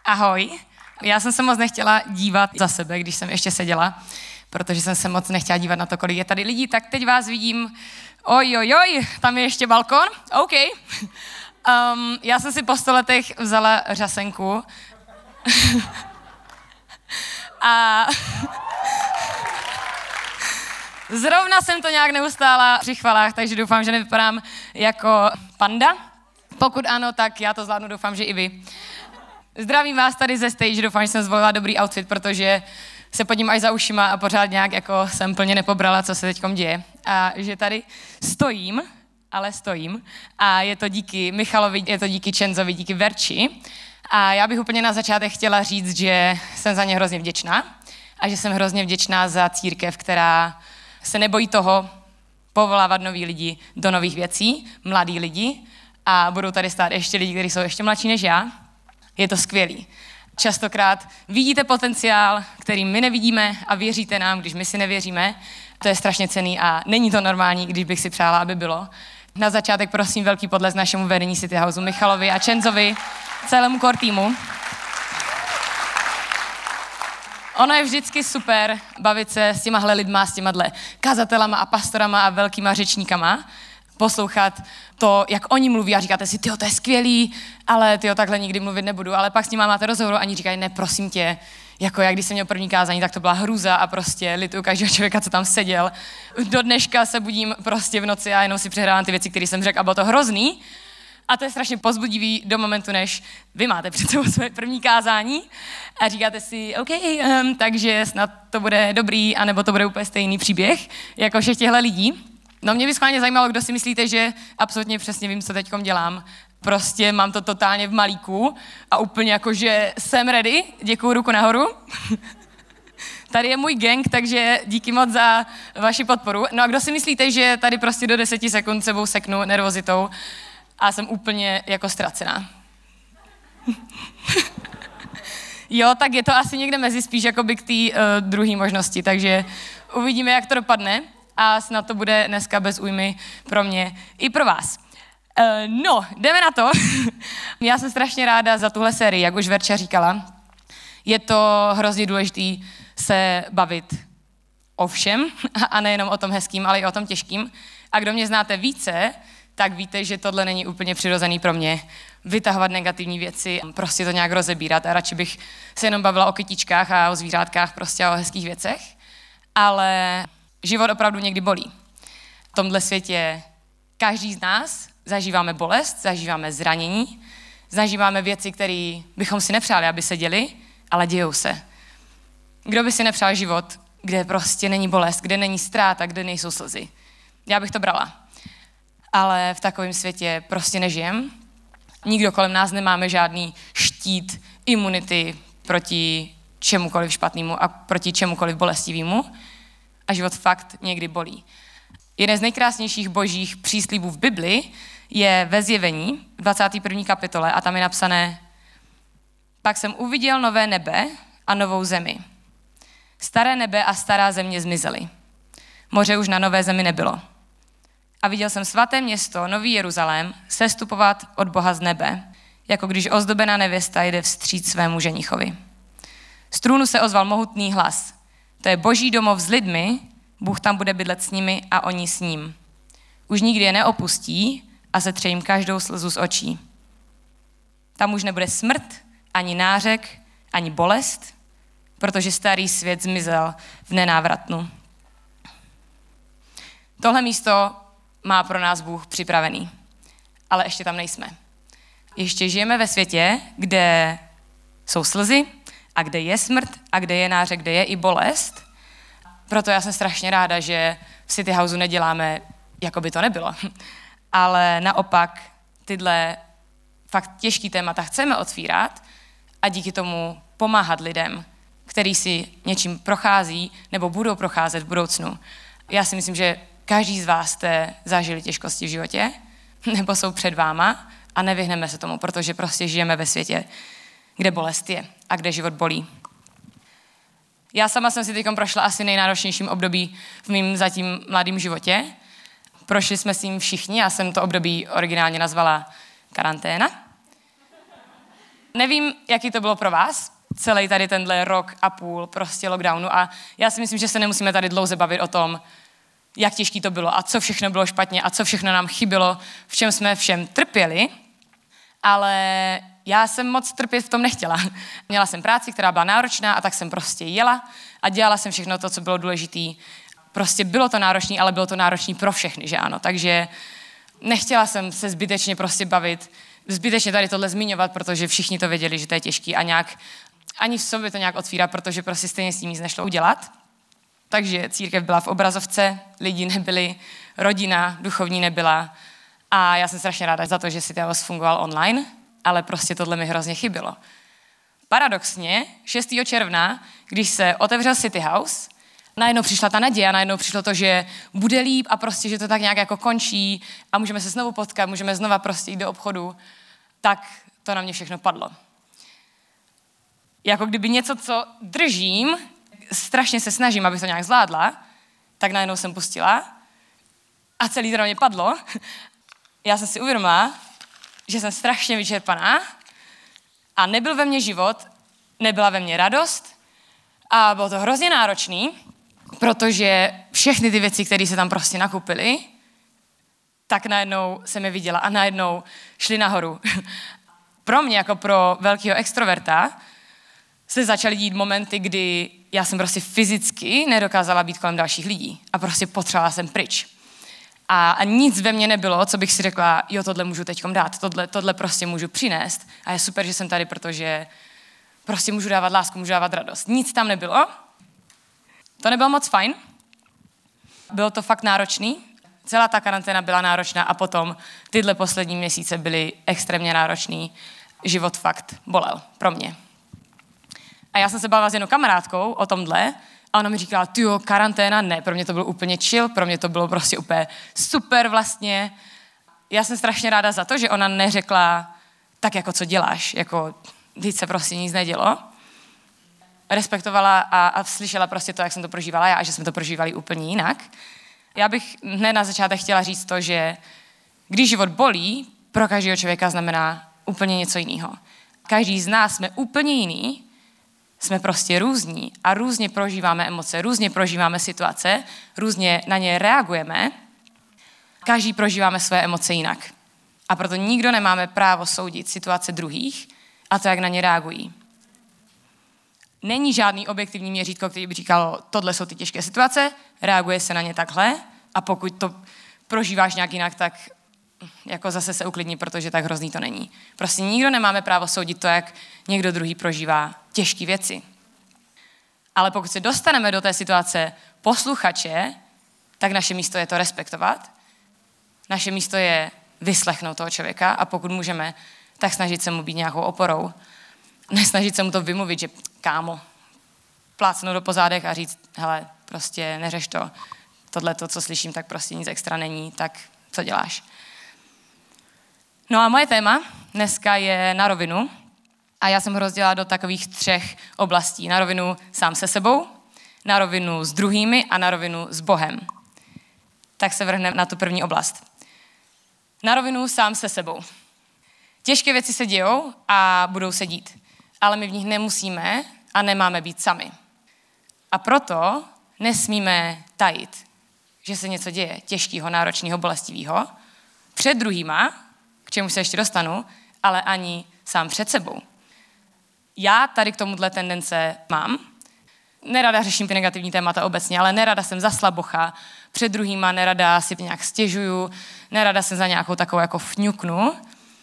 Ahoj. Já jsem se moc nechtěla dívat za sebe, když jsem ještě seděla, protože jsem se moc nechtěla dívat na to, kolik je tady lidí, tak teď vás vidím. Ojojoj, tam je ještě balkon. OK. Já jsem si po 100 letech vzala řasenku. A zrovna jsem to nějak neustála při chvalách, takže doufám, že nevypadám jako panda. Pokud ano, tak já to zvládnu, doufám, že i vy. Zdravím vás tady ze stage, doufám, že jsem zvolila dobrý outfit, protože se pod ním až za ušima a pořád nějak jako jsem plně nepobrala, co se teďkom děje. A že tady stojím a je to díky Michalovi, je to díky Čenzovi, díky Verči. A já bych úplně na začátek chtěla říct, že jsem za ně hrozně vděčná a že jsem hrozně vděčná za církev, která se nebojí toho povolávat nový lidi do nových věcí, mladí lidi, a budou tady stát ještě lidi, kteří jsou ještě mladší než já. Je to skvělý. Častokrát vidíte potenciál, který my nevidíme, a věříte nám, když my si nevěříme. To je strašně cenný a není to normální, když bych si přála, aby bylo. Na začátek prosím velký podles našemu vedení City Houseu Michalovi a Čenzovi, celému core týmu. Ono je vždycky super bavit se s těmahle lidma, s těmahle kazatelama a pastorama a velkýma řečníkama, poslouchat to, jak oni mluví a říkáte si, tyjo, to je skvělý, ale tyjo, takhle nikdy mluvit nebudu. Ale pak s nima máte rozhovor a oni říkají, ne, prosím tě, jako já, když jsem měl první kázání, tak to byla hrůza a prostě lituju každého člověka, co tam seděl. Do dneška se budím prostě v noci a jenom si přehrávám ty věci, které jsem řekl, a bylo to hrozný. A to je strašně povzbudivý do momentu, než vy máte před sebou své první kázání a říkáte si, OK, takže snad to bude dobrý, anebo to bude úplně stejný příběh, jako všech těchto lidí. No mě by schválně zajímalo, kdo si myslíte, že absolutně přesně vím, co teďkom dělám. Prostě mám to totálně v malíku a úplně jako, že jsem ready. Děkuju, ruku nahoru. Tady je můj gang, takže díky moc za vaši podporu. No a kdo si myslíte, že tady prostě do 10 sekund sebou seknu nervozitou a jsem úplně jako ztracená? Jo, tak je to asi někde mezi spíš jakoby k té druhé možnosti, takže uvidíme, jak to dopadne. A snad to bude dneska bez újmy pro mě i pro vás. No, jdeme na to. Já jsem strašně ráda za tuhle sérii, jak už Verča říkala. Je to hrozně důležitý se bavit o všem, a nejenom o tom hezkým, ale i o tom těžkým. A kdo mě znáte více, tak víte, že tohle není úplně přirozený pro mě. Vytahovat negativní věci, prostě to nějak rozebírat. A radši bych se jenom bavila o kytičkách a o zvířátkách, prostě a o hezkých věcech. Ale život opravdu někdy bolí. V tomhle světě každý z nás zažíváme bolest, zažíváme zranění, zažíváme věci, které bychom si nepřáli, aby se děly, ale dějou se. Kdo by si nepřál život, kde prostě není bolest, kde není ztráta, kde nejsou slzy? Já bych to brala. Ale v takovém světě prostě nežijem. Nikdo kolem nás nemáme žádný štít imunity proti čemukoliv špatnému a proti čemukoliv bolestivému. A život fakt někdy bolí. Jeden z nejkrásnějších božích příslibů v Bibli je ve Zjevení, 21. kapitole, a tam je napsané: Pak jsem uviděl nové nebe a novou zemi. Staré nebe a stará země zmizely. Moře už na nové zemi nebylo. A viděl jsem svaté město, Nový Jeruzalém, sestupovat od Boha z nebe, jako když ozdobená nevěsta jde vstříc svému ženichovi. Z trůnu se ozval mohutný hlas: To je boží domov s lidmi, Bůh tam bude bydlet s nimi a oni s ním. Už nikdy je neopustí a setře jim každou slzu z očí. Tam už nebude smrt, ani nářek, ani bolest, protože starý svět zmizel v nenávratnu. Tohle místo má pro nás Bůh připravený, ale ještě tam nejsme. Ještě žijeme ve světě, kde jsou slzy a kde je smrt a kde je nářek, kde je i bolest. Proto já jsem strašně ráda, že v City Houseu neděláme, jako by to nebylo. Ale naopak tyhle fakt těžký témata chceme otvírat a díky tomu pomáhat lidem, který si něčím prochází nebo budou procházet v budoucnu. Já si myslím, že každý z vás jste zažili těžkosti v životě nebo jsou před váma a nevyhneme se tomu, protože prostě žijeme ve světě, kde bolest je a kde život bolí. Já sama jsem si teď prošla asi nejnáročnějším období v mým zatím mladým životě. Prošli jsme s ním všichni, já jsem to období originálně nazvala karanténa. Nevím, jaký to bylo pro vás, celý tady tenhle rok a půl prostě lockdownu a já si myslím, že se nemusíme tady dlouze bavit o tom, jak těžký to bylo a co všechno bylo špatně a co všechno nám chybělo, v čem jsme všem trpěli, ale já jsem moc trpět v tom nechtěla. Měla jsem práci, která byla náročná a tak jsem prostě jela a dělala jsem všechno to, co bylo důležité. Prostě bylo to náročné, ale bylo to náročné pro všechny, že ano. Takže nechtěla jsem se zbytečně prostě bavit, zbytečně tady tohle zmiňovat, protože všichni to věděli, že to je těžký a nějak ani v sobě to nějak otvírat, protože prostě stejně s tím nic nešlo udělat. Takže církev byla v obrazovce, lidi nebyli, rodina duchovní nebyla a já jsem strašně ráda za to, že City House fungoval online, ale prostě tohle mi hrozně chybělo. Paradoxně 6. června, když se otevřel City House, najednou přišla ta naděje a najednou přišlo to, že bude líp a prostě, že to tak nějak jako končí a můžeme se znovu potkat, můžeme znova prostě jít do obchodu, tak to na mě všechno padlo. Jako kdyby něco, co držím, strašně se snažím, abych to nějak zvládla, tak najednou jsem pustila a celý to na mě padlo. Já jsem si uvědomila, že jsem strašně vyčerpaná a nebyl ve mně život, nebyla ve mně radost a bylo to hrozně náročný, protože všechny ty věci, které se tam prostě nakupily, tak najednou jsem je viděla a najednou šly nahoru. Pro mě, jako pro velkého extroverta, se začaly dít momenty, kdy já jsem prostě fyzicky nedokázala být kolem dalších lidí a prostě potřebovala jsem pryč. A nic ve mně nebylo, co bych si řekla, jo, tohle můžu teďkom dát, tohle prostě můžu přinést a je super, že jsem tady, protože prostě můžu dávat lásku, můžu dávat radost. Nic tam nebylo. To nebylo moc fajn. Bylo to fakt náročný. Celá ta karanténa byla náročná a potom tyhle poslední měsíce byly extrémně náročný. Život fakt bolel pro mě. A já jsem se bavila s jednou kamarádkou o tomhle a ona mi říkala, tyjo, karanténa, ne, pro mě to bylo úplně chill, pro mě to bylo prostě úplně super vlastně. Já jsem strašně ráda za to, že ona neřekla, tak jako co děláš, jako teď se prostě nic nedělo. Respektovala a slyšela prostě to, jak jsem to prožívala já a že jsme to prožívali úplně jinak. Já bych hned na začátek chtěla říct to, že když život bolí, pro každého člověka znamená úplně něco jiného. Každý z nás jsme úplně jiný, jsme prostě různí a různě prožíváme emoce, různě prožíváme situace, různě na ně reagujeme. Každý prožíváme své emoce jinak. A proto nikdo nemáme právo soudit situace druhých a to, jak na ně reagují. Není žádný objektivní měřítko, který by říkalo, tohle jsou ty těžké situace, reaguje se na ně takhle a pokud to prožíváš nějak jinak, tak jako zase se uklidni, protože tak hrozný to není. Prostě nikdo nemáme právo soudit to, jak někdo druhý prožívá těžké věci. Ale pokud se dostaneme do té situace posluchače, tak naše místo je to respektovat. Naše místo je vyslechnout toho člověka a pokud můžeme, tak snažit se mu být nějakou oporou. Nesnažit se mu to vymluvit, že kámo, plácnout do pozádek a říct, hele, prostě neřeš to, tohle to, co slyším, tak prostě nic extra není, tak co děláš? No a moje téma dneska je na rovinu a já jsem ho rozdělila do takových 3 oblastí. Na rovinu sám se sebou, na rovinu s druhými a na rovinu s Bohem. Tak se vrhneme na tu první oblast. Na rovinu sám se sebou. Těžké věci se dějou a budou se dít, ale my v nich nemusíme a nemáme být sami. A proto nesmíme tajit, že se něco děje těžkého, náročného, bolestivého před druhýma, k čemu se ještě dostanu, ale ani sám před sebou. Já tady k tomuhle tendence mám. Nerada řeším ty negativní témata obecně, ale nerada jsem za slabocha před druhýma, nerada si nějak stěžuju, nerada jsem za nějakou takovou jako fňuknu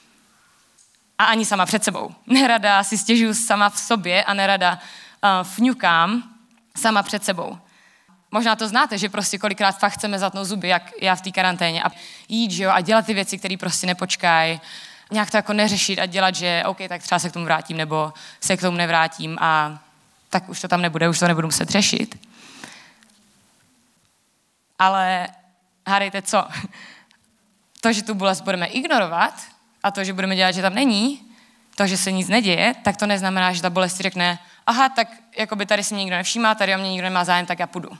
a ani sama před sebou. Nerada si stěžuju sama v sobě a nerada fňukám sama před sebou. Možná to znáte, že prostě kolikrát fakt chceme zatnout zuby, jak já v té karanténě a jít, že jo, a dělat ty věci, které prostě nepočkají, nějak to jako neřešit a dělat, že OK, tak třeba se k tomu vrátím, nebo se k tomu nevrátím a tak už to tam nebude, už to nebudu muset řešit. Ale hádejte co? To, že tu bolest budeme ignorovat a to, že budeme dělat, že tam není, to, že se nic neděje, tak to neznamená, že ta bolest si řekne, aha, tak jakoby tady si mě nikdo nevšímá, tady o mě nikdo nemá zájem, tak já půjdu.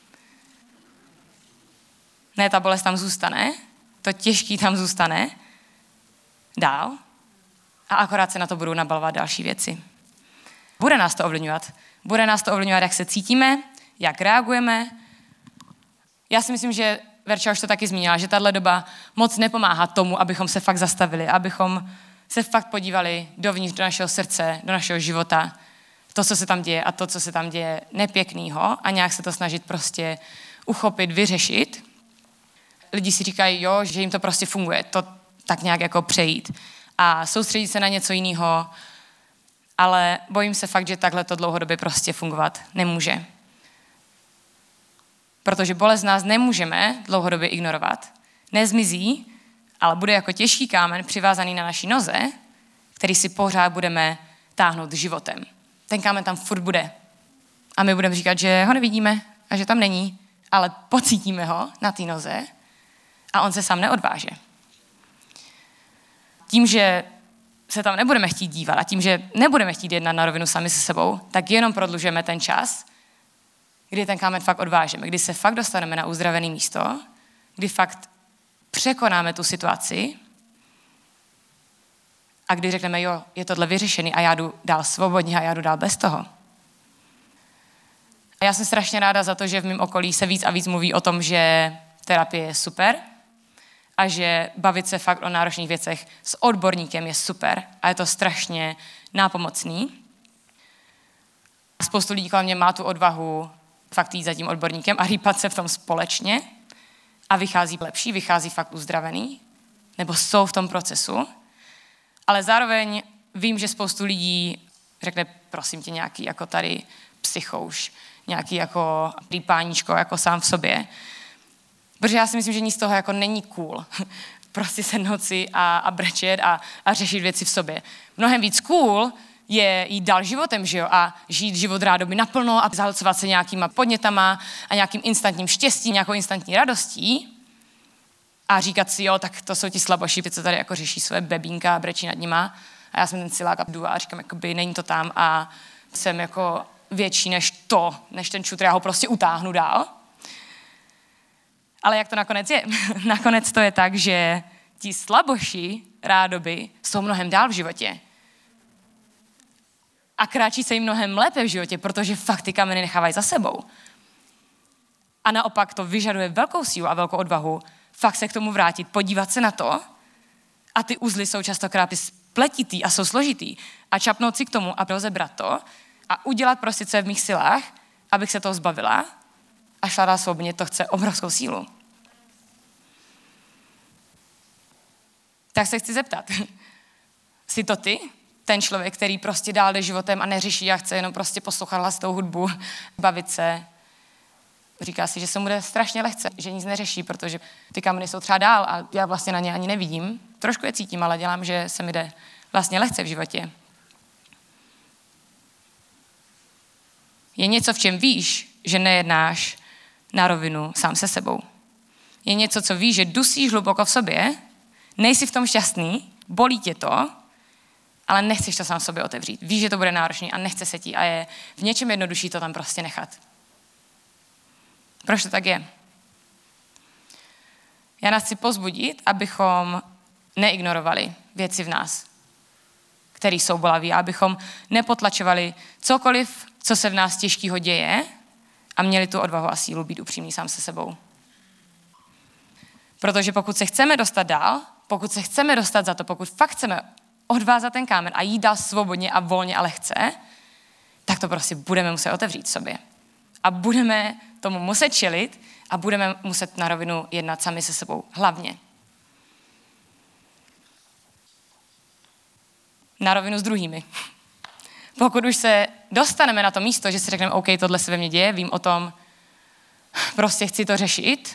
Ne, ta bolest tam zůstane, to těžký tam zůstane dál a akorát se na to budou nabalovat další věci. Bude nás to ovlivňovat. Bude nás to ovlivňovat, jak se cítíme, jak reagujeme. Já si myslím, že Verča už to taky zmínila, že tahle doba moc nepomáhá tomu, abychom se fakt zastavili, abychom se fakt podívali dovnitř do našeho srdce, do našeho života, to, co se tam děje a to, co se tam děje nepěknýho a nějak se to snažit prostě uchopit, vyřešit. Lidi si říkají, jo, že jim to prostě funguje, to tak nějak jako přejít a soustředit se na něco jiného, ale bojím se fakt, že takhle to dlouhodobě prostě fungovat nemůže. Protože bolest nás nemůžeme dlouhodobě ignorovat. Nezmizí, ale bude jako těžký kámen přivázaný na naší noze, který si pořád budeme táhnout životem. Ten kámen tam furt bude. A my budeme říkat, že ho nevidíme a že tam není, ale pocítíme ho na té noze a on se sám neodváže. Tím, že se tam nebudeme chtít dívat a tím, že nebudeme chtít jednat na rovinu sami se sebou, tak jenom prodlužujeme ten čas, kdy ten kámen fakt odvážeme, kdy se fakt dostaneme na uzdravené místo, kdy fakt překonáme tu situaci a kdy řekneme, jo, je tohle vyřešený a já jdu dál svobodně a já jdu dál bez toho. A já jsem strašně ráda za to, že v mém okolí se víc a víc mluví o tom, že terapie je super a že bavit se fakt o náročných věcech s odborníkem je super a je to strašně nápomocný. Spoustu lidí kolem mě má tu odvahu fakt jít za tím odborníkem a rýpat se v tom společně a vychází lepší, vychází fakt uzdravený, nebo jsou v tom procesu. Ale zároveň vím, že spoustu lidí řekne, prosím tě, nějaký jako tady psychouš, nějaký jako rýpáníčko jako sám v sobě. Protože já si myslím, že nic z toho jako není cool. Prostě sednout si a brečet a řešit věci v sobě. Mnohem víc cool je jít dál životem, že jo, a žít život rádoby naplno a zahlcovat se nějakýma podnětama a nějakým instantním štěstím, nějakou instantní radostí a říkat si, jo, tak to jsou ti slaboši, co tady jako řeší své bebínka a brečí nad nima a já jsem ten silák a jdu a říkám, jakoby není to tam a jsem jako větší než ten šutr, já ho prostě utáhnu dál. Ale jak to nakonec je? Nakonec to je tak, že ti slaboši rádoby jsou mnohem dál v životě. A kráčí se jim mnohem lépe v životě, protože fakt ty kameny nechávají za sebou. A naopak to vyžaduje velkou sílu a velkou odvahu fakt se k tomu vrátit, podívat se na to a ty uzly jsou častokrát spletitý a jsou složitý a čapnout si k tomu a rozebrat to a udělat prostě, co je v mých silách, abych se toho zbavila a šla dál svobodně, to chce obrovskou sílu. Tak se chci zeptat, jsi to ty? Ten člověk, který prostě dál jde životem a neřeší a chce jenom prostě poslouchat hlasitou hudbu, bavit se. Říká si, že se mu jde strašně lehce, že nic neřeší, protože ty kameny jsou třeba dál a já vlastně na ně ani nevidím. Trošku je cítím, ale dělám, že se mi jde vlastně lehce v životě. Je něco, v čem víš, že nejednáš na rovinu sám se sebou. Je něco, co víš, že dusíš hluboko v sobě, nejsi v tom šťastný, bolí tě to, ale nechceš to sám sobě otevřít. Víš, že to bude náročný a nechce se ti a je v něčem jednodušší to tam prostě nechat. Proč to tak je? Já nás chci povzbudit, abychom neignorovali věci v nás, které jsou bolavé, abychom nepotlačovali cokoliv, co se v nás těžkýho děje a měli tu odvahu a sílu být upřímný sám se sebou. Protože pokud se chceme dostat dál, pokud se chceme dostat za to, pokud fakt chceme odvázat ten kámen a jít dál svobodně a volně a lehce, tak to prostě budeme muset otevřít sobě. A budeme tomu muset čelit a budeme muset na rovinu jednat sami se sebou. Hlavně. Na rovinu s druhými. Pokud už se dostaneme na to místo, že si řekneme, OK, tohle se ve mně děje, vím o tom, prostě chci to řešit,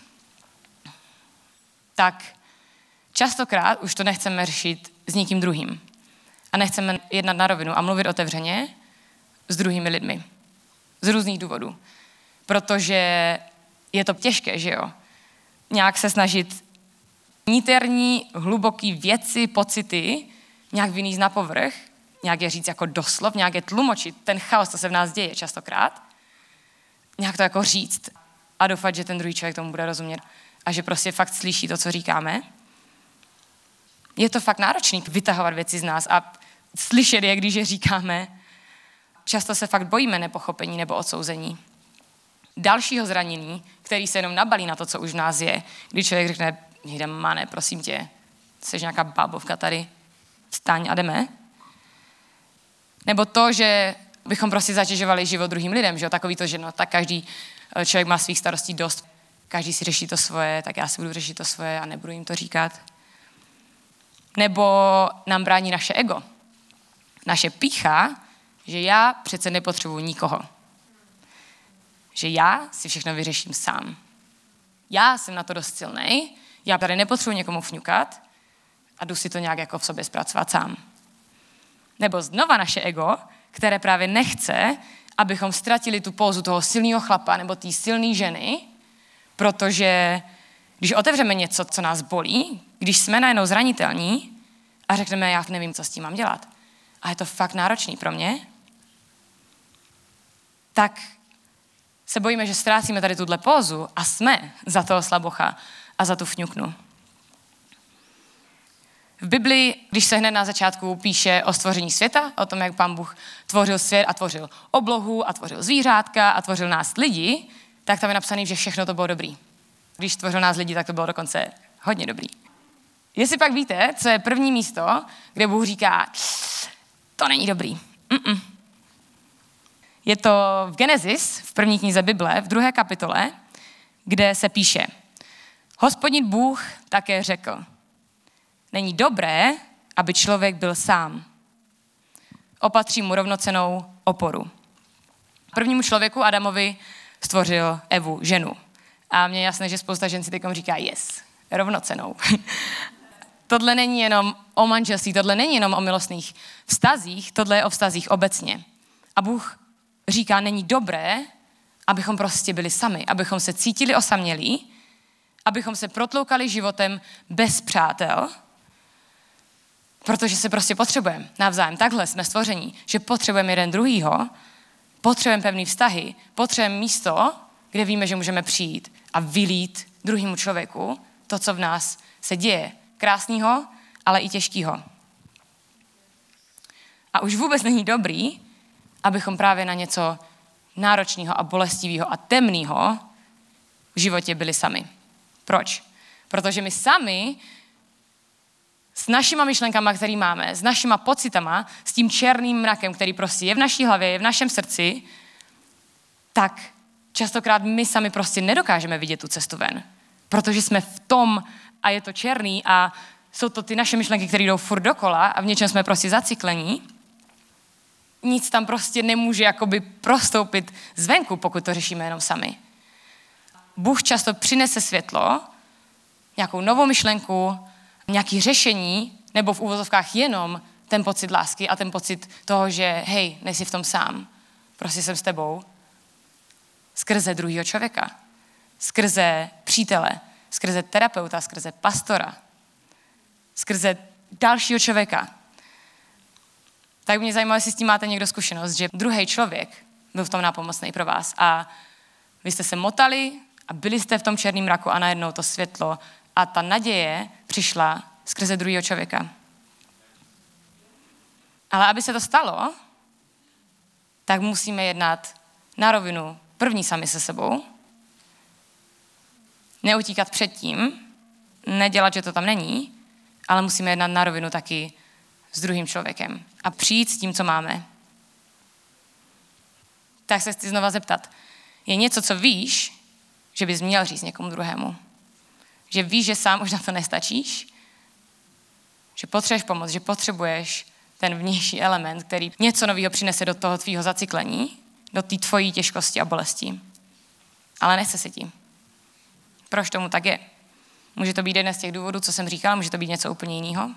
tak častokrát už to nechceme řešit s někým druhým. A nechceme jednat na rovinu a mluvit otevřeně s druhými lidmi. Z různých důvodů. Protože je to těžké, že jo? Nějak se snažit niterní, hluboký věci, pocity nějak vyníst na povrch, nějak je říct jako doslov, nějak je tlumočit ten chaos, co se v nás děje častokrát, nějak to jako říct a doufat, že ten druhý člověk tomu bude rozumět a že prostě fakt slyší to, co říkáme. Je to fakt náročný vytahovat věci z nás a slyšet je, když je říkáme. Často se fakt bojíme nepochopení nebo odsouzení. Dalšího zranění, který se jenom nabalí na to, co už v nás je, když člověk řekne, Mane, prosím tě, jsi nějaká bábovka tady, vstaň a jdeme. Nebo to, že bychom prostě zatěžovali život druhým lidem, že jo, takový to, že no, tak každý člověk má svých starostí dost, každý si řeší to svoje, tak já si budu řešit to svoje a nebudu jim to říkat. Nebo nám brání naše ego. Naše pýcha, že já přece nepotřebuji nikoho. Že já si všechno vyřeším sám. Já jsem na to dost silnej, já tady nepotřebuji někomu fňukat a jdu si to nějak jako v sobě zpracovat sám. Nebo znova naše ego, které právě nechce, abychom ztratili tu pózu toho silného chlapa nebo té silné ženy, protože když otevřeme něco, co nás bolí, když jsme najednou zranitelní a řekneme, já nevím, co s tím mám dělat, a je to fakt náročný pro mě, tak se bojíme, že ztrácíme tady tuhle pózu a jsme za toho slabocha a za tu fňuknu. V Biblii, když se hned na začátku píše o stvoření světa, o tom, jak Pán Bůh tvořil svět a tvořil oblohu a tvořil zvířátka a tvořil nás lidi, tak tam je napsané, že všechno to bylo dobrý. Když stvořil nás lidi, tak to bylo dokonce hodně dobrý. Jestli pak víte, co je první místo, kde Bůh říká, to není dobrý. Je to v Genesis, v první knize Bible, v 2. kapitole, kde se píše, Hospodin Bůh také řekl, není dobré, aby člověk byl sám. Opatří mu rovnocennou oporu. Prvnímu člověku Adamovi stvořil Evu, ženu. A mně je jasné, že spousta žen si teď říká, yes, rovnocennou. Tohle není jenom o manželství, tohle není jenom o milostných vztazích, tohle je o vztazích obecně. A Bůh říká, není dobré, abychom prostě byli sami, abychom se cítili osamělí, abychom se protloukali životem bez přátel, protože se prostě potřebujeme navzájem. Takhle jsme stvoření, že potřebujeme jeden druhýho, potřebujeme pevný vztahy, potřebujeme místo, kde víme, že můžeme přijít a vylít druhému člověku to, co v nás se děje. Krásného, ale i těžkého. A už vůbec není dobrý, abychom právě na něco náročného a bolestivého a temného v životě byli sami. Proč? Protože my sami s našima myšlenkama, který máme, s našima pocitama, s tím černým mrakem, který prostě je v naší hlavě, je v našem srdci, tak častokrát my sami prostě nedokážeme vidět tu cestu ven. Protože jsme v tom a je to černý a jsou to ty naše myšlenky, které jdou furt dokola a v něčem jsme prostě zaciklení. Nic tam prostě nemůže jakoby prostoupit zvenku, pokud to řešíme jenom sami. Bůh často přinese světlo, nějakou novou myšlenku, nějaké řešení, nebo v uvozovkách jenom ten pocit lásky a ten pocit toho, že hej, nejsi v tom sám, prostě jsem s tebou, skrze druhého člověka, skrze přítele, skrze terapeuta, skrze pastora, skrze dalšího člověka. Tak mě zajímalo, jestli s tím máte někdo zkušenost, že druhý člověk byl v tom nápomocný pro vás a vy jste se motali a byli jste v tom černém mraku a najednou to světlo a ta naděje přišla skrze druhého člověka. Ale aby se to stalo, tak musíme jednat na rovinu první sami se sebou, neutíkat před tím, nedělat, že to tam není, ale musíme jednat na rovinu taky s druhým člověkem a přijít s tím, co máme. Tak se chci znova zeptat. Je něco, co víš, že bys měl říct někomu druhému? Že víš, že sám už na to nestačíš? Že potřebuješ pomoc, že potřebuješ ten vnější element, který něco nového přinese do toho tvýho zacyklení, do té tvojí těžkosti a bolesti. Ale nechce se ti. Proč tomu tak je? Může to být jeden z těch důvodů, co jsem říkala, může to být něco úplně jiného.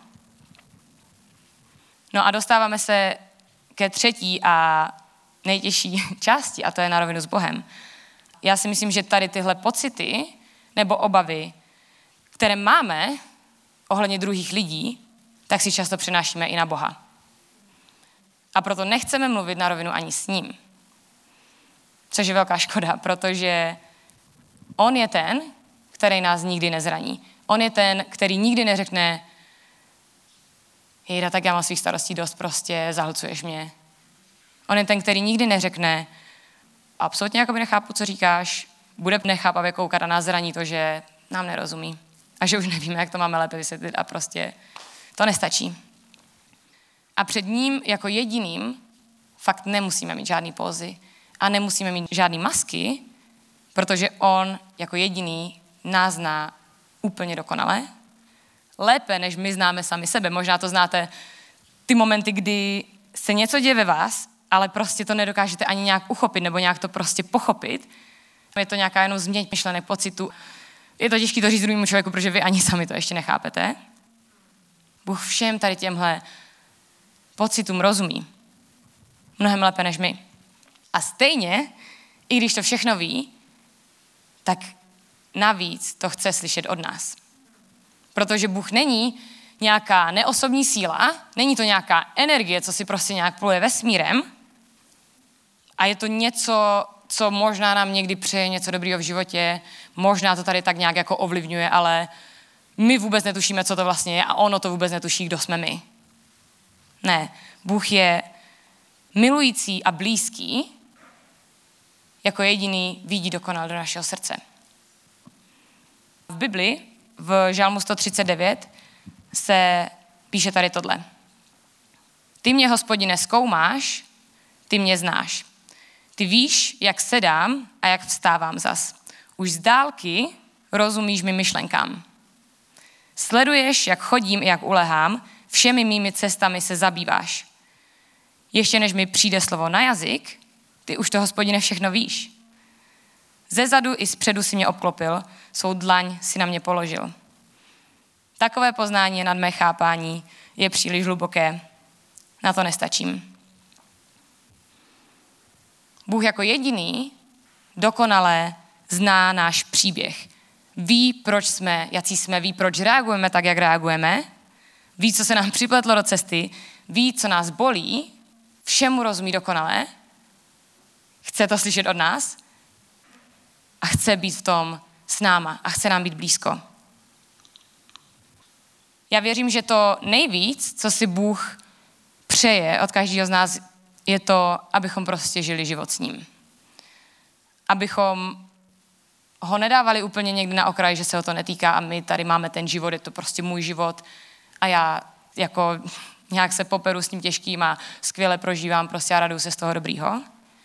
No a dostáváme se ke třetí a nejtěžší části, a to je na rovinu s Bohem. Já si myslím, že tady tyhle pocity nebo obavy, které máme ohledně druhých lidí, tak si často přenášíme i na Boha. A proto nechceme mluvit na rovinu ani s ním. Což je velká škoda, protože on je ten, který nás nikdy nezraní. On je ten, který nikdy neřekne, Jejda, tak já mám svých starostí dost, prostě zahlcuješ mě. On je ten, který nikdy neřekne, absolutně jakoby nechápu, co říkáš, bude nechápavě koukat a nás zraní to, že nám nerozumí a že už nevíme, jak to máme lépe vysvětlit a prostě to nestačí. A před ním jako jediným fakt nemusíme mít žádný pózy a nemusíme mít žádný masky, protože on jako jediný nás zná úplně dokonale, lépe, než my známe sami sebe. Možná to znáte ty momenty, kdy se něco děje ve vás, ale prostě to nedokážete ani nějak uchopit nebo nějak to prostě pochopit. Je to nějaká jenom změť myšlenek, pocitu. Je to těžké to říct druhému člověku, protože vy ani sami to ještě nechápete. Bůh všem tady těmhle pocitům rozumí. Mnohem lépe než my. A stejně, i když to všechno ví, tak navíc to chce slyšet od nás. Protože Bůh není nějaká neosobní síla, není to nějaká energie, co si prostě nějak pluje vesmírem a je to něco, co možná nám někdy přeje něco dobrýho v životě, možná to tady tak nějak jako ovlivňuje, ale my vůbec netušíme, co to vlastně je a ono to vůbec netuší, kdo jsme my. Ne, Bůh je milující a blízký, jako jediný vidí dokonal do našeho srdce. V Bibli, v Žalmu 139, se píše tady tohle. Ty mě, Hospodine, zkoumáš, ty mě znáš. Ty víš, jak sedám a jak vstávám zas. Už z dálky rozumíš mým myšlenkám. Sleduješ, jak chodím i jak ulehám, všemi mými cestami se zabýváš. Ještě než mi přijde slovo na jazyk, ty už to, Hospodine, všechno víš. Ze zadu i zpředu si mě obklopil, svou dlaň si na mě položil. Takové poznání nad mé chápání je příliš hluboké. Na to nestačím. Bůh jako jediný dokonale zná náš příběh. Ví, proč jsme, jací jsme, ví, proč reagujeme tak, jak reagujeme, ví, co se nám připletlo do cesty, ví, co nás bolí, všemu rozumí dokonale, chce to slyšet od nás a chce být v tom s náma a chce nám být blízko. Já věřím, že to nejvíc, co si Bůh přeje od každého z nás, je to, abychom prostě žili život s ním. Abychom ho nedávali úplně někdy na okraj, že se ho to netýká a my tady máme ten život, je to prostě můj život a já jako nějak se poperu s tím těžkým a skvěle prožívám prostě a raduju se z toho dobrýho.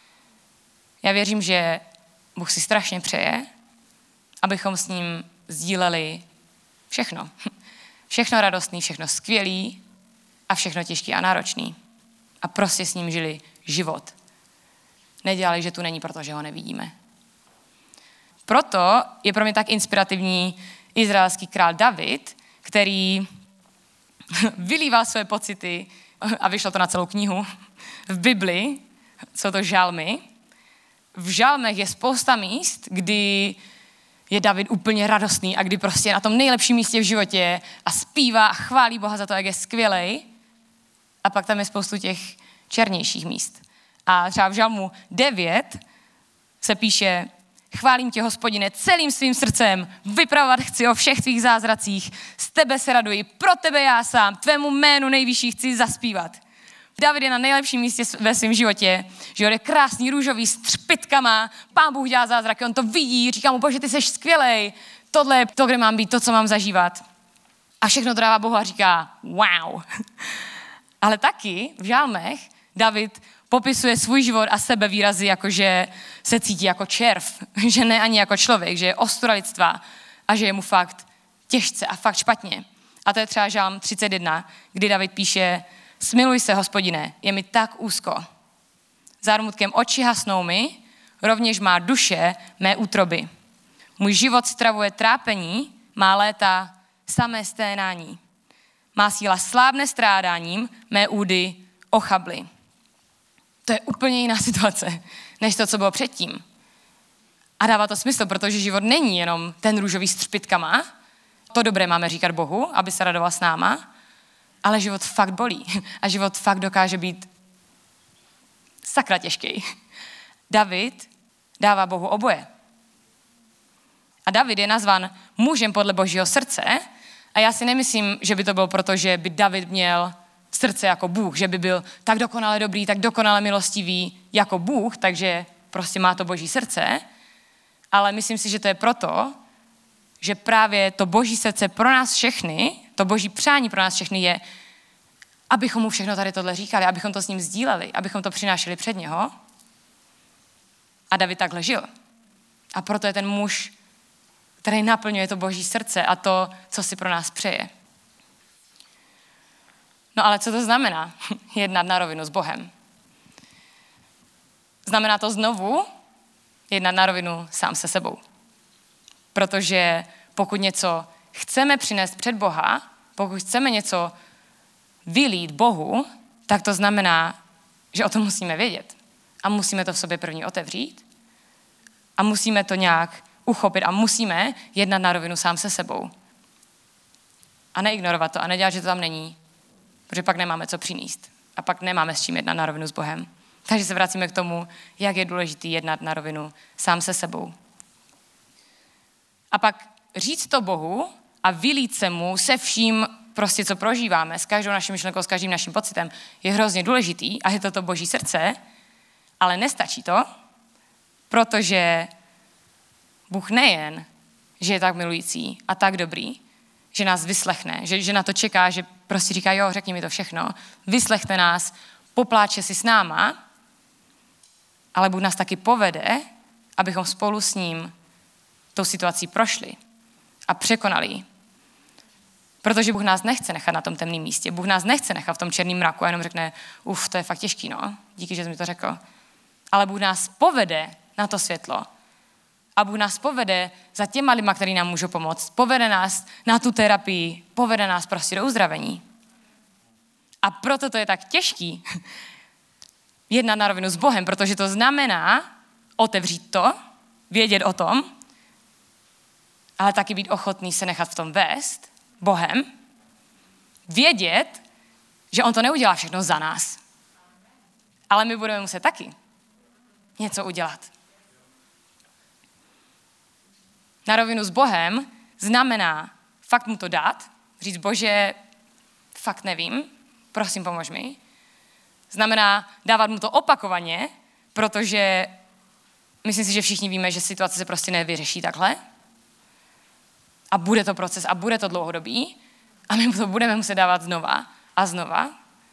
Já věřím, že Bůh si strašně přeje, abychom s ním sdíleli všechno. Všechno radostný, všechno skvělý a všechno těžký a náročný. A prostě s ním žili život. Nedělali, že tu není, protože ho nevidíme. Proto je pro mě tak inspirativní izraelský král David, který vylíval své pocity, a vyšlo to na celou knihu, v Bibli, jsou to žalmy. V žalmech je spousta míst, kdy je David úplně radostný a kdy prostě je na tom nejlepším místě v životě a zpívá a chválí Boha za to, jak je skvělej. A pak tam je spoustu těch černějších míst. A třeba v žalmu 9 se píše: chválím tě, Hospodine, celým svým srdcem, vypravovat chci o všech tvých zázracích, z tebe se raduji, pro tebe já sám, tvému jménu nejvyšší chci zaspívat. David je na nejlepším místě ve svém životě, že je krásný, růžový, s třpitkama, Pán Bůh dělá zázraky, on to vidí, říká mu: Bože, ty jsi skvělej, tohle je to, kde mám být, to, co mám zažívat. A všechno to dává Bohu a říká: wow. Ale taky v žálmech David popisuje svůj život a sebevýrazy, jako že se cítí jako červ, že ne ani jako člověk, že je ostuda lidstva a že je mu fakt těžce a fakt špatně. A to je třeba žálm 31, kdy David píše: smiluj se, Hospodine, je mi tak úzko. Zármutkem oči hasnou mi, rovněž má duše mé útroby. Můj život stravuje trápení, má léta samé sténání. Má síla slábne strádáním, mé údy ochably. To je úplně jiná situace, než to, co bylo předtím. A dává to smysl, protože život není jenom ten růžový s třpitkama. To dobré máme říkat Bohu, aby se radoval s náma, ale život fakt bolí. A život fakt dokáže být sakra těžký. David dává Bohu oboje. A David je nazvan mužem podle Božího srdce a já si nemyslím, že by to bylo proto, že by David měl srdce jako Bůh, že by byl tak dokonale dobrý, tak dokonale milostivý jako Bůh, takže prostě má to boží srdce, ale myslím si, že to je proto, že právě to boží srdce pro nás všechny, to boží přání pro nás všechny je, abychom mu všechno tady tohle říkali, abychom to s ním sdíleli, abychom to přinášeli před něho. A David takhle žil. A proto je ten muž, který naplňuje to boží srdce a to, co si pro nás přeje. No ale co to znamená jednat na rovinu s Bohem? Znamená to znovu jednat na rovinu sám se sebou. Protože pokud něco chceme přinést před Boha, pokud chceme něco vylít Bohu, tak to znamená, že o tom musíme vědět. A musíme to v sobě první otevřít. A musíme to nějak uchopit a musíme jednat na rovinu sám se sebou. A neignorovat to a nedělat, že to tam není, protože pak nemáme co přinést. A pak nemáme s čím jednat na rovinu s Bohem. Takže se vracíme k tomu, jak je důležité jednat na rovinu sám se sebou. A pak říct to Bohu a vylít se mu se vším, prostě co prožíváme, s každou naší myšlenkou, s každým naším pocitem, je hrozně důležitý a je to boží srdce, ale nestačí to, protože Bůh nejen, že je tak milující a tak dobrý, že nás vyslechne, že na to čeká, že prostě říká, jo, řekni mi to všechno, vyslechne nás, popláče si s náma, ale Bůh nás taky povede, abychom spolu s ním tou situací prošli a překonali ji. Protože Bůh nás nechce nechat na tom temném místě. Bůh nás nechce nechat v tom černém mraku a jenom řekne, to je fakt těžký, no. Díky, že jsi mi to řekl. Ale Bůh nás povede na to světlo. A Bůh nás povede za těma lidma, který nám můžou pomoct. Povede nás na tu terapii, povede nás prostě do uzdravení. A proto to je tak těžký jednat na rovinu s Bohem, protože to znamená otevřít to, vědět o tom, ale taky být ochotný se nechat v tom vést Bohem, vědět, že on to neudělá všechno za nás. Ale my budeme muset taky něco udělat. Na rovinu s Bohem znamená fakt mu to dát, říct, Bože, fakt nevím, prosím, pomož mi. Znamená dávat mu to opakovaně, protože myslím si, že všichni víme, že situace se prostě nevyřeší takhle. A bude to proces a bude to dlouhodobý a my to budeme muset dávat znova a znova.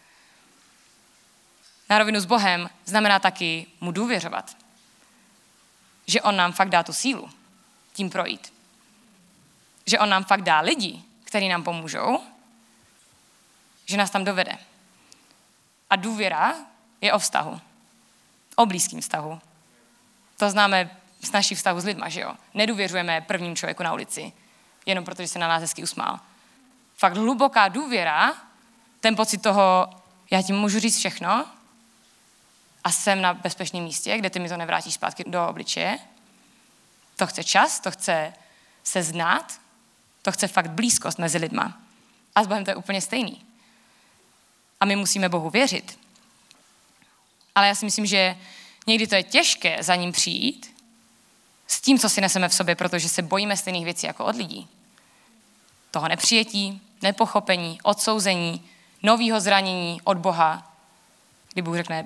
Na rovinu s Bohem znamená taky mu důvěřovat. Že on nám fakt dá tu sílu tím projít. Že on nám fakt dá lidi, kteří nám pomůžou, že nás tam dovede. A důvěra je o vztahu. O blízkém vztahu. To známe z našich vztahů s lidma, že jo? Nedůvěřujeme prvním člověku na ulici, jenom protože se na nás hezky usmál. Fakt hluboká důvěra, ten pocit toho, já ti můžu říct všechno a jsem na bezpečném místě, kde ty mi to nevrátíš zpátky do obličeje. To chce čas, to chce se znát, to chce fakt blízkost mezi lidma. A s Bohem to je úplně stejný. A my musíme Bohu věřit. Ale já si myslím, že někdy to je těžké za ním přijít s tím, co si neseme v sobě, protože se bojíme stejných věcí jako od lidí. Toho nepřijetí, nepochopení, odsouzení, nového zranění od Boha, kdy Bůh řekne,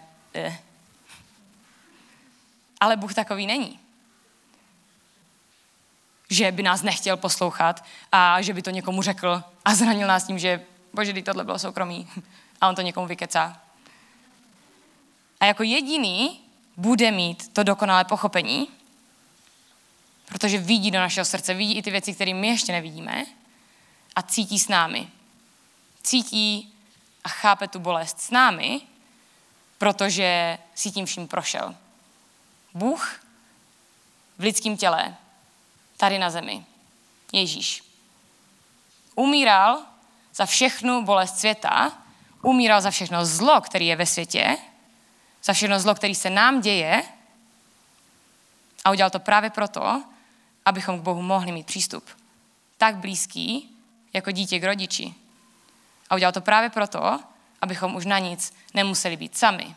Ale Bůh takový není. Že by nás nechtěl poslouchat a že by to někomu řekl a zranil nás tím, že bože, teď tohle bylo soukromí a on to někomu vykecá. A jako jediný bude mít to dokonalé pochopení, protože vidí do našeho srdce, vidí i ty věci, které my ještě nevidíme a cítí s námi. Cítí a chápe tu bolest s námi, protože si tím vším prošel. Bůh v lidském těle, tady na zemi, Ježíš, umíral za všechnu bolest světa, umíral za všechno zlo, který je ve světě, za všechno zlo, který se nám děje a udělal to právě proto, abychom k Bohu mohli mít přístup. Tak blízký, jako dítě k rodiči. A udělal to právě proto, abychom už na nic nemuseli být sami.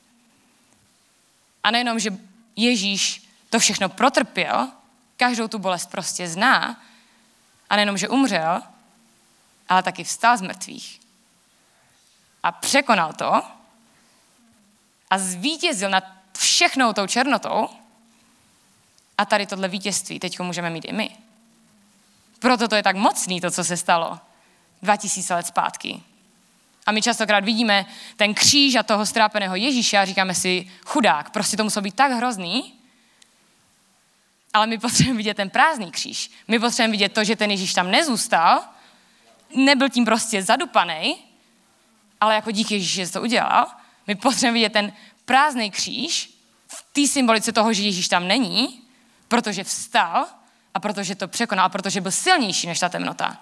A nejenom, že Ježíš to všechno protrpěl, každou tu bolest prostě zná, a nejenom, že umřel, ale taky vstal z mrtvých. a překonal to a zvítězil nad všechnou tou černotou a tady tohle vítězství teďko můžeme mít i my. Proto to je tak mocný, to, co se stalo 2000 let zpátky. A my častokrát vidíme ten kříž a toho strápeného Ježíše a říkáme si, chudák, prostě to muselo být tak hrozný, ale my potřebujeme vidět ten prázdný kříž. My potřebujeme vidět to, že ten Ježíš tam nezůstal, nebyl tím prostě zadupanej, ale jako díky Ježíši, že to udělal. My potřebujeme vidět ten prázdný kříž v té symbolice toho, že Ježíš tam není, protože vstal a protože to překonal, a protože byl silnější než ta temnota.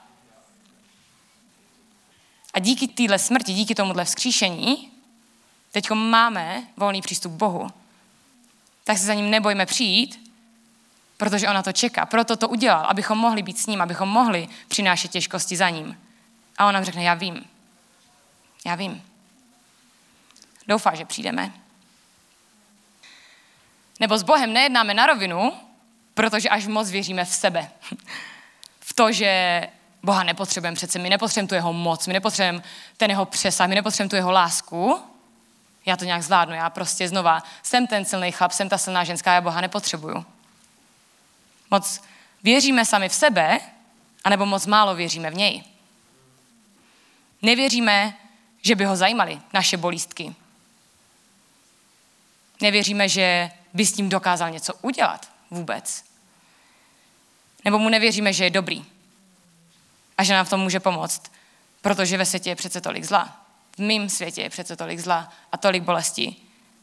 A díky téhle smrti, díky tomuhle vzkříšení, teďko máme volný přístup k Bohu. Tak se za ním nebojme přijít, protože ona to čeká. Proto to udělal, abychom mohli být s ním, abychom mohli přinášet těžkosti za ním. A on nám řekne, já vím. Doufá, že přijdeme. Nebo s Bohem nejednáme na rovinu, protože až moc věříme v sebe. V to, že Boha nepotřebujeme přece, my nepotřebujeme tu jeho moc, my nepotřebujeme ten jeho přesah, my nepotřebujeme tu jeho lásku. Já to nějak zvládnu, já prostě znova jsem ten silný chlap, jsem ta silná ženská, já Boha nepotřebuju. Moc věříme sami v sebe, anebo moc málo věříme v něj. Nevěříme, že by ho zajímaly naše bolístky. Nevěříme, že by s tím dokázal něco udělat vůbec. Nebo mu nevěříme, že je dobrý a že nám v tom může pomoct, protože ve světě je přece tolik zla. V mém světě je přece tolik zla a tolik bolesti.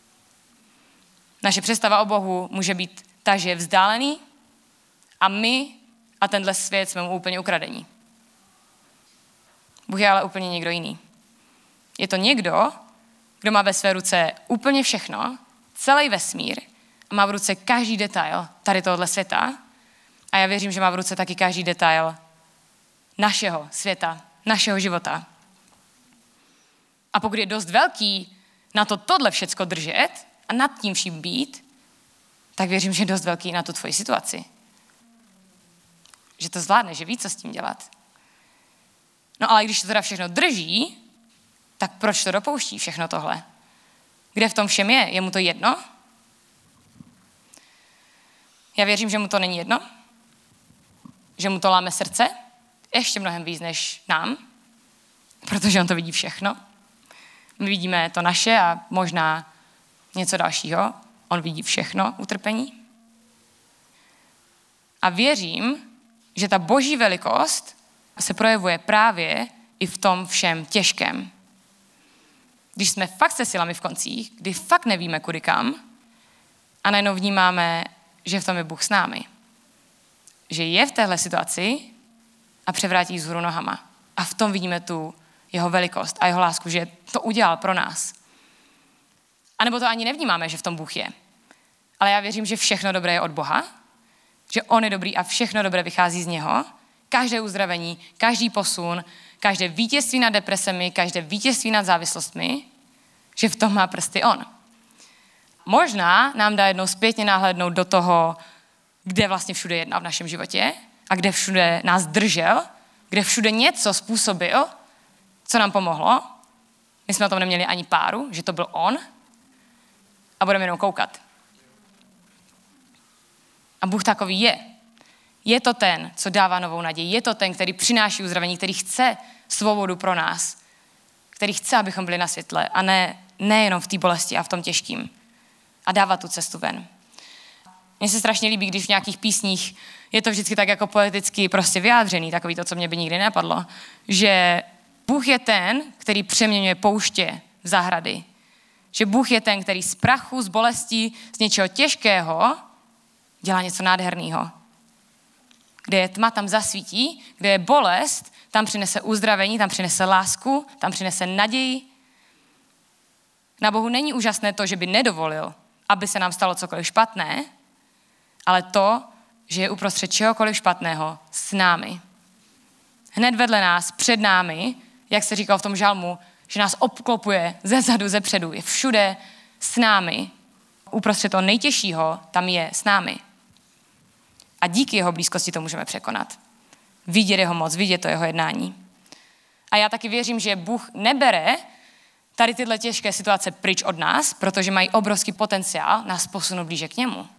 Naše představa o Bohu může být ta, že je vzdálený a my a tenhle svět jsme mu úplně ukradení. Bůh je ale úplně někdo jiný. Je to někdo, kdo má ve své ruce úplně všechno, celý vesmír a má v ruce každý detail tady tohohle světa. A já věřím, že má v ruce taky každý detail našeho světa, našeho života. A pokud je dost velký na to tohle všecko držet a nad tím vším být, tak věřím, že je dost velký na tu tvoji situaci. Že to zvládne, že ví, co s tím dělat. No ale když to teda všechno drží, tak proč to dopouští všechno tohle? Kde v tom všem je? Je mu to jedno? Já věřím, že mu to není jedno. Že mu to láme srdce. Ještě mnohem víc než nám. Protože on to vidí všechno. My vidíme to naše a možná něco dalšího. On vidí všechno utrpení. A věřím, že ta boží velikost se projevuje právě i v tom všem těžkém. Když jsme fakt se silami v koncích, kdy fakt nevíme kudy kam a najednou vnímáme, že v tom je Bůh s námi. Že je v téhle situaci a převrátí ji vzhůru nohama. A v tom vidíme tu jeho velikost a jeho lásku, že to udělal pro nás. A nebo to ani nevnímáme, že v tom Bůh je. Ale já věřím, že všechno dobré je od Boha, že on je dobrý a všechno dobré vychází z něho. Každé uzdravení, každý posun, každé vítězství nad depresemi, každé vítězství nad závislostmi, že v tom má prsty on. Možná nám dá jednou zpětně náhlednout do toho, kde vlastně všude jedná v našem životě a kde všude nás držel, kde všude něco způsobil, co nám pomohlo. My jsme o tom neměli ani páru, že to byl on a budeme jenom koukat. A Bůh takový je. Je to ten, co dává novou naději. Je to ten, který přináší uzdravení, který chce svobodu pro nás. Který chce, abychom byli na světle a ne jenom v té bolesti a v tom těžkým. A dává tu cestu ven. Mně se strašně líbí, když v nějakých písních je to vždycky tak jako poeticky prostě vyjádřený, takový to, co mě by nikdy nepadlo, že Bůh je ten, který přeměňuje pouště v zahrady. Že Bůh je ten, který z prachu, z bolesti, z něčeho těžkého dělá něco nádherného. Kde je tma, tam zasvítí, kde je bolest, tam přinese uzdravení, tam přinese lásku, tam přinese naději. Na Bohu není úžasné to, že by nedovolil, aby se nám stalo cokoliv špatné, ale to, že je uprostřed čehokoliv špatného s námi. Hned vedle nás, před námi, jak se říkalo v tom žalmu, že nás obklopuje ze zadu, ze předu, je všude s námi. Uprostřed toho nejtěžšího tam je s námi. A díky jeho blízkosti to můžeme překonat. Vidět jeho moc, vidět to jeho jednání. A já taky věřím, že Bůh nebere tady tyhle těžké situace pryč od nás, protože mají obrovský potenciál nás posunout blíže k němu.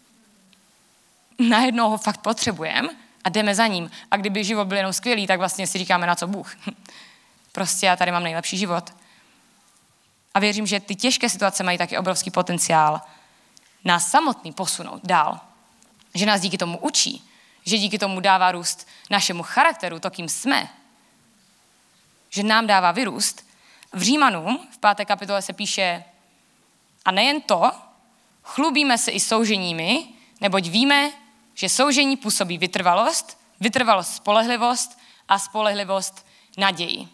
Najednou ho fakt potřebujeme a jdeme za ním. A kdyby život byl jenom skvělý, tak vlastně si říkáme, na co Bůh. Prostě já tady mám nejlepší život. A věřím, že ty těžké situace mají taky obrovský potenciál nás samotný posunout dál. Že nás díky tomu učí. Že díky tomu dává růst našemu charakteru, to, kým jsme. Že nám dává vyrůst. V Římanům v 5. kapitole se píše, a nejen to, chlubíme se i souženími, neboť víme, že soužení působí vytrvalost, vytrvalost spolehlivost a spolehlivost naději.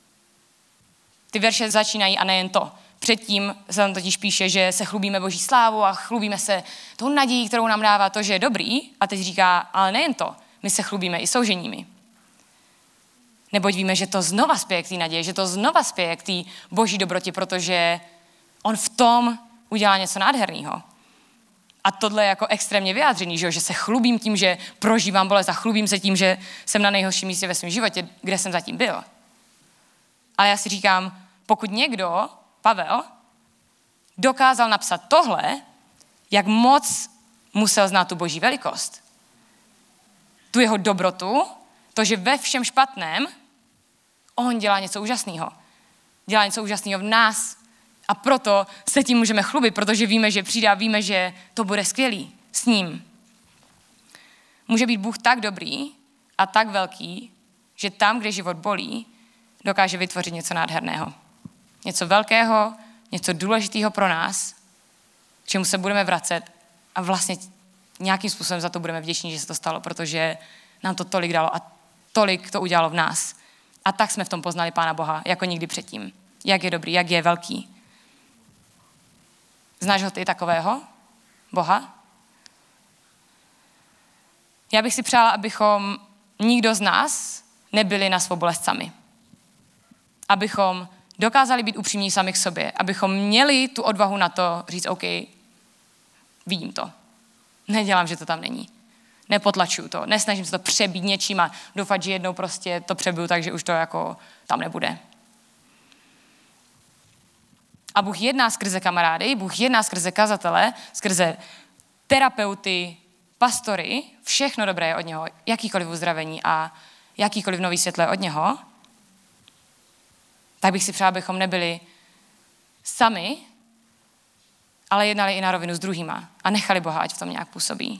Ty verše začínají a nejen to. Předtím se tam totiž píše, že se chlubíme Boží slávu a chlubíme se tou nadějí, kterou nám dává to, že je dobrý. A teď říká, ale nejen to, my se chlubíme i souženími. Neboť víme, že to znova spěje k té naději, že to znova spěje k té Boží dobrotě, protože on v tom udělá něco nádherného. A tohle je jako extrémně vyjádřený, že se chlubím tím, že prožívám bolest a chlubím se tím, že jsem na nejhorším místě ve svém životě, kde jsem zatím byl. Ale já si říkám, pokud někdo, Pavel, dokázal napsat tohle, jak moc musel znát tu Boží velikost. Tu jeho dobrotu, to, že ve všem špatném on dělá něco úžasného. Dělá něco úžasného v nás a proto se tím můžeme chlubit, protože víme, že přijde a víme, že to bude skvělý s ním. Může být Bůh tak dobrý a tak velký, že tam, kde život bolí, dokáže vytvořit něco nádherného. Něco velkého, něco důležitého pro nás, k čemu se budeme vracet a vlastně nějakým způsobem za to budeme vděční, že se to stalo, protože nám to tolik dalo a tolik to udělalo v nás. A tak jsme v tom poznali Pána Boha, jako nikdy předtím. Jak je dobrý, jak je velký. Znáš ho ty takového Boha? Já bych si přála, abychom nikdo z nás nebyli na svou bolest sami. Abychom dokázali být upřímní sami k sobě. Abychom měli tu odvahu na to říct, OK, vidím to. Nedělám, že to tam není. Nepotlačuju to. Nesnažím se to přebít něčím a doufat, že jednou prostě to přebiju, takže už to jako tam nebude. A Bůh jedná skrze kamarády, Bůh jedná skrze kazatele, skrze terapeuty, pastory, všechno dobré je od něho, jakýkoliv uzdravení a jakýkoliv nový světlo je od něho, tak bych si přál, abychom nebyli sami, ale jednali i na rovinu s druhýma a nechali Boha, ať v tom nějak působí.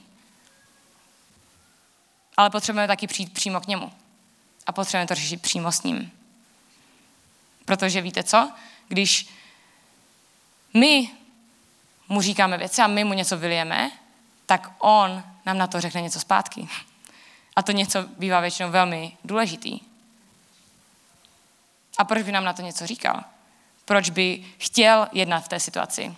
Ale potřebujeme taky přijít přímo k němu. A potřebujeme to řešit přímo s ním. Protože víte co? Když my mu říkáme věci a my mu něco vylijeme, tak on nám na to řekne něco zpátky. A to něco bývá většinou velmi důležitý. A proč by nám na to něco říkal? Proč by chtěl jednat v té situaci?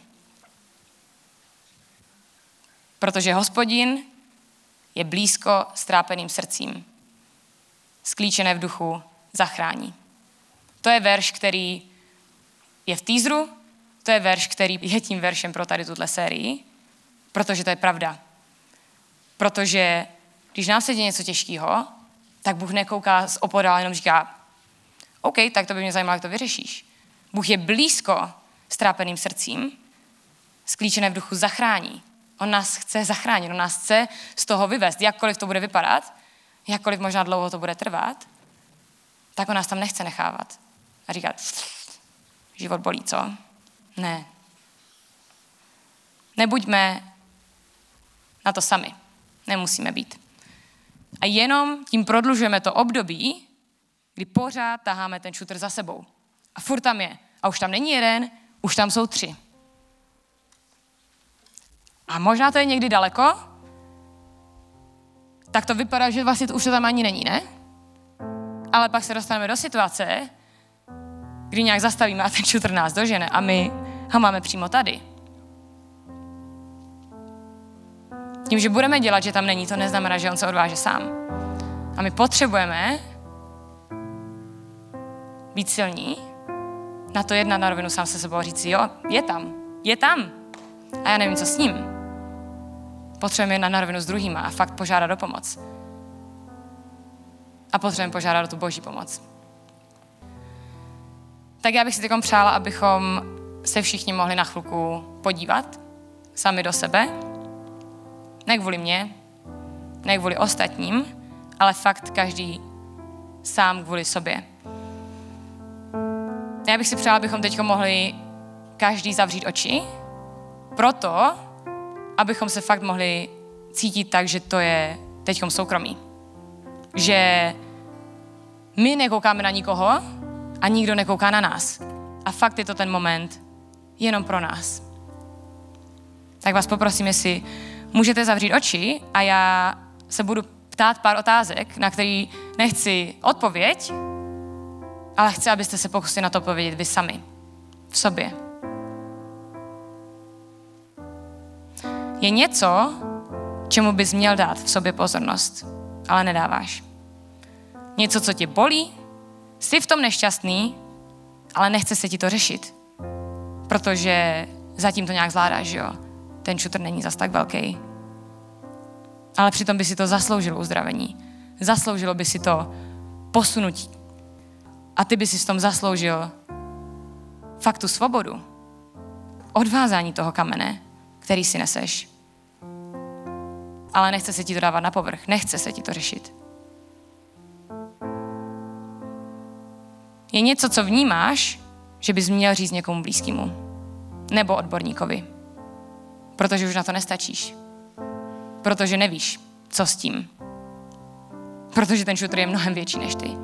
Protože Hospodin je blízko strápeným srdcím. Sklíčené v duchu zachrání. To je verš, který je v teaseru, to je verš, který je tím veršem pro tady tuhle sérii, protože to je pravda. Protože když nám se děje něco těžkého, tak Bůh nekouká z opodál, jenom říká, OK, tak to by mě zajímalo, jak to vyřešíš. Bůh je blízko strápeným srdcím, sklíčené v duchu zachrání. On nás chce zachránit, on nás chce z toho vyvést. Jakkoliv to bude vypadat, jakkoliv možná dlouho to bude trvat, tak on nás tam nechce nechávat. A říkat, život bolí, co? Ne. Nebuďme na to sami. Nemusíme být. A jenom tím prodlužujeme to období, kdy pořád taháme ten šutr za sebou. A furt tam je. A už tam není jeden, už tam jsou 3. A možná to je někdy daleko, tak to vypadá, že vlastně to už to tam ani není, ne? Ale pak se dostaneme do situace, kdy nějak zastavíme a ten šutr nás dožene a my ho máme přímo tady. Tím, že budeme dělat, že tam není, to neznamená, že on se odváže sám. A my potřebujeme být silní, na to jednat na rovinu sám se sebou a říct si, jo, je tam. A já nevím, co s ním. Potřebujeme jednat na rovinu s druhýma a fakt požádat o pomoc. A potřebujeme požádat o tu Boží pomoc. Tak já bych si teď přála, abychom se všichni mohli na chvilku podívat sami do sebe. Ne kvůli mě, ne kvůli ostatním, ale fakt každý sám kvůli sobě. Já bych si přála, abychom teď mohli každý zavřít oči, proto, abychom se fakt mohli cítit tak, že to je teďkom soukromí. Že my nekoukáme na nikoho a nikdo nekouká na nás. A fakt je to ten moment jenom pro nás. Tak vás poprosím, jestli můžete zavřít oči a já se budu ptát pár otázek, na který nechci odpověď, ale chci, abyste se pokusili na to odpovědět vy sami. V sobě. Je něco, čemu bys měl dát v sobě pozornost, ale nedáváš. Něco, co tě bolí, jsi v tom nešťastný, ale nechce se ti to řešit. Protože zatím to nějak zvládáš, že jo? Ten šutr není zas tak velký. Ale přitom by si to zasloužilo uzdravení. Zasloužilo by si to posunutí. A ty by si v tom zasloužil fakt tu svobodu. Odvázání toho kamene, který si neseš. Ale nechce se ti to dávat na povrch. Nechce se ti to řešit. Je něco, co vnímáš, že bys měl říct někomu blízkému. Nebo odborníkovi. Protože už na to nestačíš. Protože nevíš, co s tím. Protože ten šutr je mnohem větší než ty.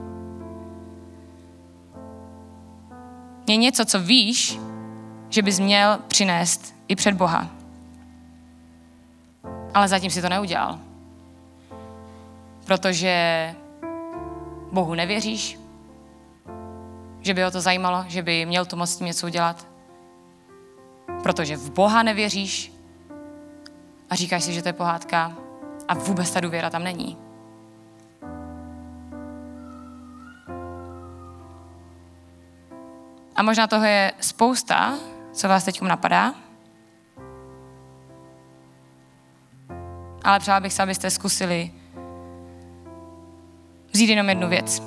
Je něco, co víš, že bys měl přinést i před Boha. Ale zatím si to neudělal. Protože Bohu nevěříš, že by ho to zajímalo, že by měl tu moc s tím něco udělat. Protože v Boha nevěříš a říkáš si, že to je pohádka a vůbec ta důvěra tam není. A možná toho je spousta, co vás teď napadá. Ale přála bych se, abyste zkusili vzít jenom jednu věc.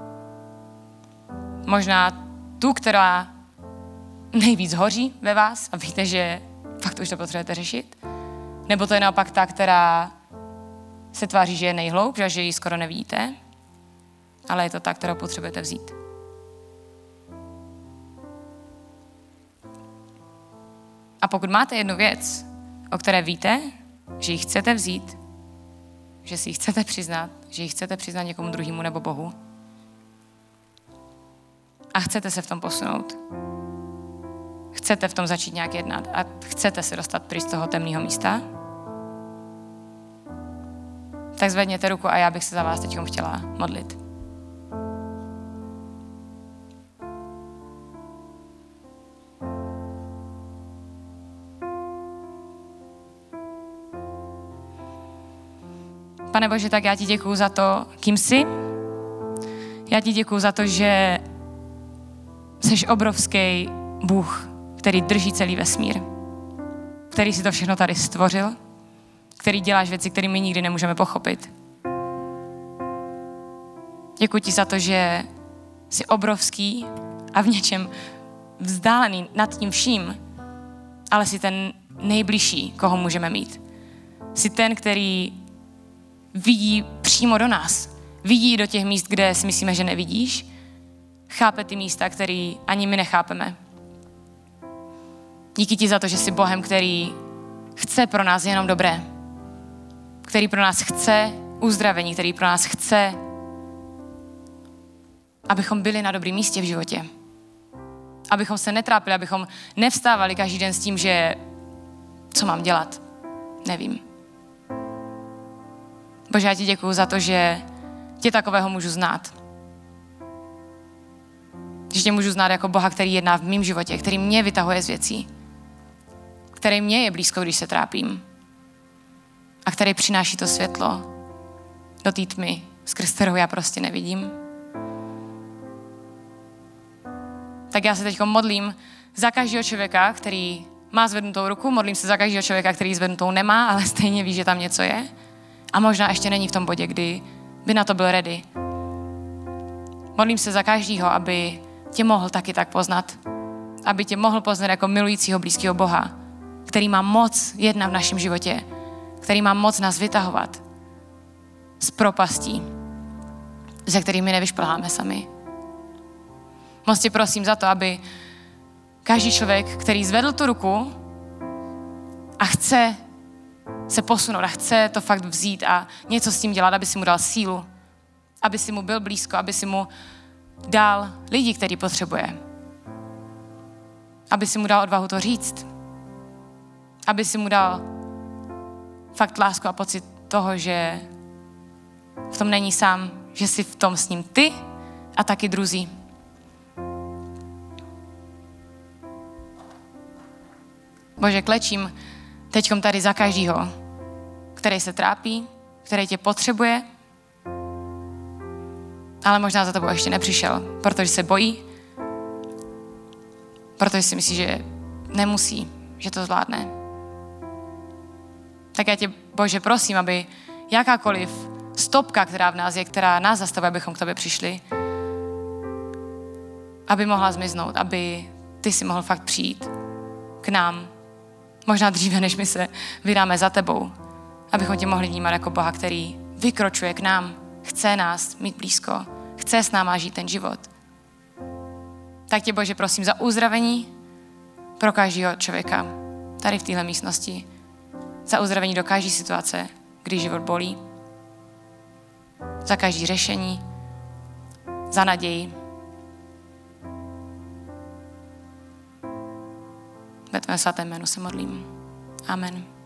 Možná tu, která nejvíc hoří ve vás a víte, že fakt už to potřebujete řešit. Nebo to je naopak ta, která se tváří, že je nejhloubš a že ji skoro nevidíte. Ale je to ta, kterou potřebujete vzít. A pokud máte jednu věc, o které víte, že ji chcete vzít, že si ji chcete přiznat, že ji chcete přiznat někomu druhému nebo Bohu a chcete se v tom posunout, chcete v tom začít nějak jednat a chcete se dostat pryč z toho temného místa, tak zvedněte ruku a já bych se za vás teď chtěla modlit. Pane Bože, tak já ti děkuju za to, kým jsi. Já ti děkuju za to, že jsi obrovský Bůh, který drží celý vesmír, který si to všechno tady stvořil, který děláš věci, které my nikdy nemůžeme pochopit. Děkuji ti za to, že jsi obrovský a v něčem vzdálený nad tím vším, ale jsi ten nejbližší, koho můžeme mít. Jsi ten, který vidí přímo do nás. Vidí do těch míst, kde si myslíme, že nevidíš. Chápe ty místa, které ani my nechápeme. Díky ti za to, že jsi Bohem, který chce pro nás jenom dobré. Který pro nás chce uzdravení, který pro nás chce, abychom byli na dobrém místě v životě. Abychom se netrápili, abychom nevstávali každý den s tím, že co mám dělat. Nevím. Bože, já ti děkuju za to, že tě takového můžu znát. Že tě můžu znát jako Boha, který jedná v mém životě, který mě vytahuje z věcí, který mě je blízko, když se trápím a který přináší to světlo do té tmy, skrz kterou já prostě nevidím. Tak já se teď modlím za každého člověka, který má zvednutou ruku, modlím se za každého člověka, který zvednutou nemá, ale stejně ví, že tam něco je. A možná ještě není v tom bodě, kdy by na to byl ready. Modlím se za každýho, aby tě mohl taky tak poznat. Aby tě mohl poznat jako milujícího blízkého Boha, který má moc jednat v našem životě, který má moc nás vytahovat z propastí, ze kterými nevyšplháme sami. Moc tě prosím za to, aby každý člověk, který zvedl tu ruku a chce se posunout a chce to fakt vzít a něco s tím dělat, aby si mu dal sílu, aby si mu byl blízko, aby si mu dal lidi, který potřebuje. Aby si mu dal odvahu to říct. Aby si mu dal fakt lásku a pocit toho, že v tom není sám, že jsi v tom s ním ty a taky druzí. Bože, klečím teďkom tady za každýho, který se trápí, který tě potřebuje, ale možná za tebou ještě nepřišel, protože se bojí, protože si myslí, že nemusí, že to zvládne. Tak já tě, Bože, prosím, aby jakákoliv stopka, která v nás je, která nás zastavuje, abychom k tobě přišli, aby mohla zmiznout, aby ty si mohl fakt přijít k nám, možná dříve, než my se vydáme za tebou, abychom tě mohli vnímat jako Boha, který vykročuje k nám, chce nás mít blízko, chce s náma žít ten život. Tak tě, Bože, prosím za uzdravení pro každého člověka tady v téhle místnosti, za uzdravení do každé situace, kdy život bolí, za každé řešení, za naději. Ve tvém svatém jménu se modlím. Amen.